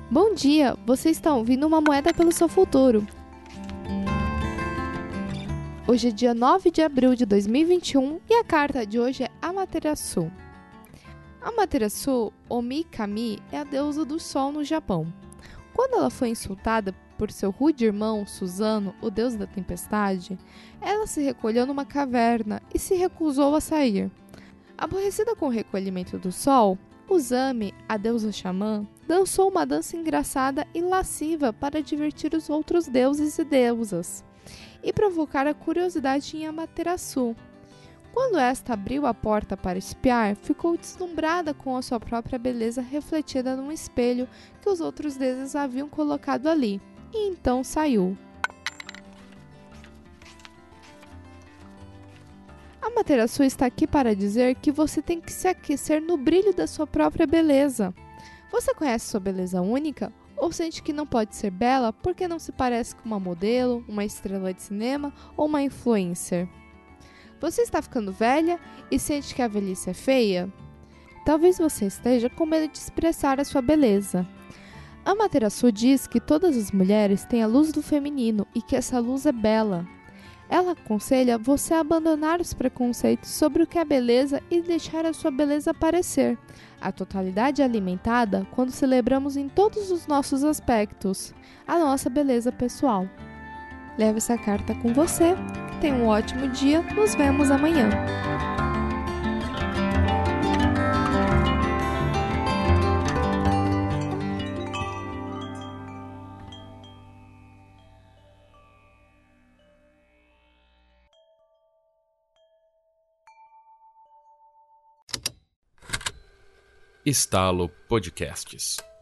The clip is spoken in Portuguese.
Bom dia, você está ouvindo uma moeda pelo seu futuro. Hoje é dia 9 de abril de 2021 e a carta de hoje é Amaterasu. Amaterasu, ou Mikami, é a deusa do sol no Japão. Quando ela foi insultada por seu rude irmão, Susano, o deus da tempestade, ela se recolheu numa caverna e se recusou a sair. Aborrecida com o recolhimento do sol, Uzami, a deusa xamã, dançou uma dança engraçada e lasciva para divertir os outros deuses e deusas e provocar a curiosidade em Amaterasu. Quando esta abriu a porta para espiar, ficou deslumbrada com a sua própria beleza refletida num espelho que os outros deuses haviam colocado ali, e então saiu. Amaterasu está aqui para dizer que você tem que se aquecer no brilho da sua própria beleza. Você conhece sua beleza única? Ou sente que não pode ser bela porque não se parece com uma modelo, uma estrela de cinema ou uma influencer? Você está ficando velha e sente que a velhice é feia? Talvez você esteja com medo de expressar a sua beleza. Amaterasu diz que todas as mulheres têm a luz do feminino e que essa luz é bela. Ela aconselha você a abandonar os preconceitos sobre o que é beleza e deixar a sua beleza aparecer. A totalidade é alimentada quando celebramos em todos os nossos aspectos a nossa beleza pessoal. Leve essa carta com você. Tenha um ótimo dia. Nos vemos amanhã. Estalo Podcasts.